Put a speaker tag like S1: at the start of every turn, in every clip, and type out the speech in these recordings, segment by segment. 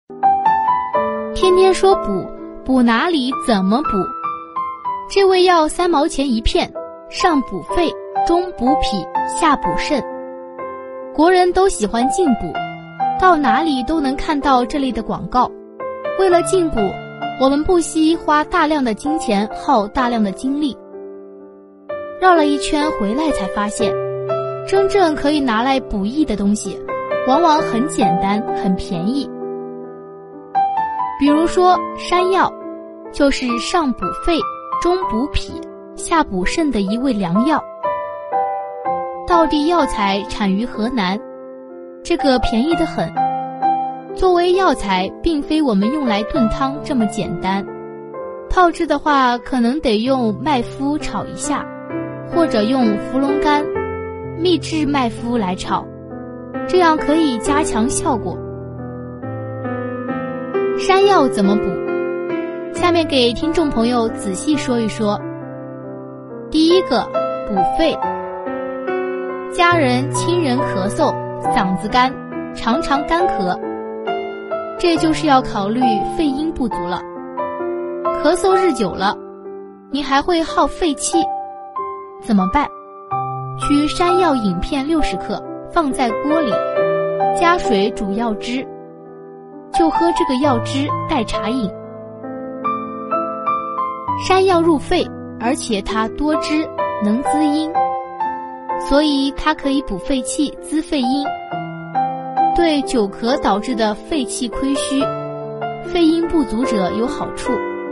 S1: 天天说补，补哪里怎么补？这味药3毛钱一片，上补肺，中补脾，下补肾。国人都喜欢进补，到哪里都能看到这类的广告。为了进补，我们不惜花大量的金钱，耗大量的精力。绕了一圈回来才发现，真正可以拿来补益的东西，往往很简单，很便宜。比如说山药，就是上补肺，中补脾，下补肾的一味良药。道地药材产于河南，这个便宜得很。作为药材，并非我们用来炖汤这么简单，泡制的话可能得用麦麸炒一下，或者用伏龙干、秘制麦麸来炒，这样可以加强效果。山药怎么补？下面给听众朋友仔细说一说。第一个，补肺。家人、亲人咳嗽，嗓子干，常常干咳，这就是要考虑肺阴不足了。咳嗽日久了，你还会耗肺气，怎么办？取山药饮片60克，放在锅里，加水煮药汁，就喝这个药汁代茶饮。山药入肺，而且它多汁，能滋阴，所以它可以补肺气，滋肺阴，对久咳导致的肺气亏虚、肺阴不足者有好处。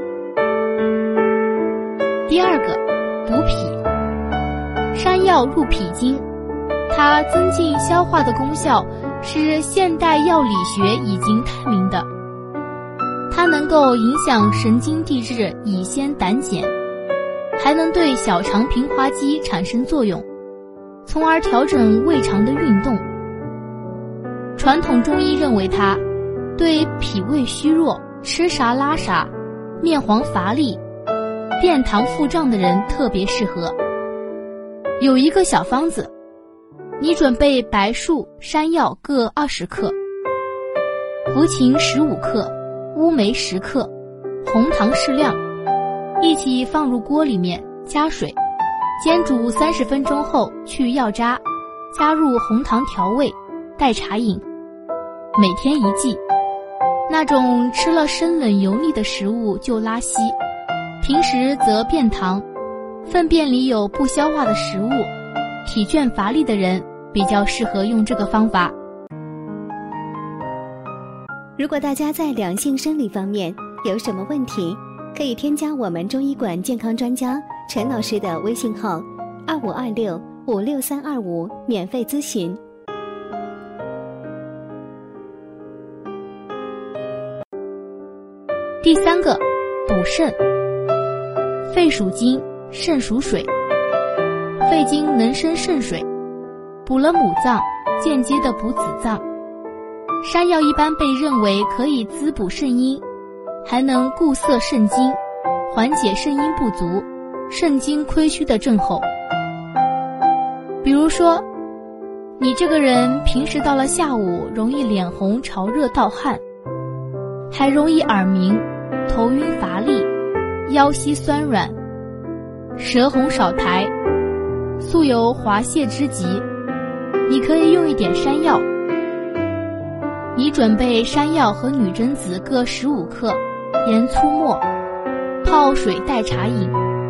S1: 第二个，补脾。山药入脾经，它增进消化的功效是现代药理学已经探明的。它能够影响神经递质乙酰胆碱，还能对小肠平滑肌产生作用，从而调整胃肠的运动。传统中医认为它对脾胃虚弱、吃啥拉啥、面黄乏力、便溏腹胀的人特别适合。有一个小方子，你准备白术、山药各20克，茯芩15克，乌梅10克，红糖适量，一起放入锅里面，加水，煎煮30分钟后去药渣，加入红糖调味，代茶饮，每天1剂。那种吃了生冷油腻的食物就拉稀，平时则便溏，粪便里有不消化的食物，体倦乏力的人比较适合用这个方法。
S2: 如果大家在两性生理方面有什么问题，可以添加我们中医馆健康专家陈老师的微信号2526-56325免费咨询。
S1: 第三个，补肾。肺属金，肾属水，肺经能生肾水，补了母脏，间接的补子脏。山药一般被认为可以滋补肾阴，还能固涩肾精，缓解肾阴不足、肾精亏虚的症候。比如说，你这个人平时到了下午容易脸红、潮热、盗汗，还容易耳鸣、头晕乏力、腰膝酸软、舌红少苔，素有滑泻之疾，你可以用一点山药。你准备山药和女贞子各15克，盐粗末，泡水代茶饮，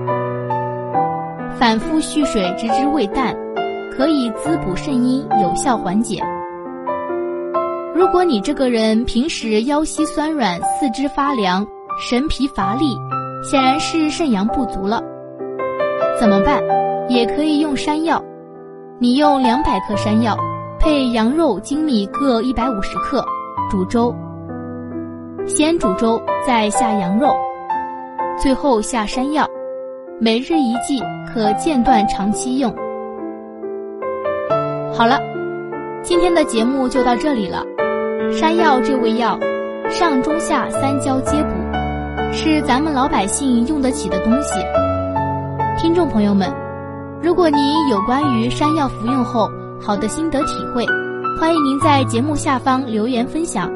S1: 反复蓄水直至胃淡，可以滋补肾阴，有效缓解。如果你这个人平时腰膝酸软、四肢发凉、神疲乏力，显然是肾阳不足了，怎么办？也可以用山药。你用200克山药配羊肉、精米各150克，煮粥。先煮粥，再下羊肉，最后下山药，每日1剂，可间断长期用。好了，今天的节目就到这里了。山药这味药，上中下3焦皆补，是咱们老百姓用得起的东西。听众朋友们，如果您有关于山药服用后好的心得体会，欢迎您在节目下方留言分享。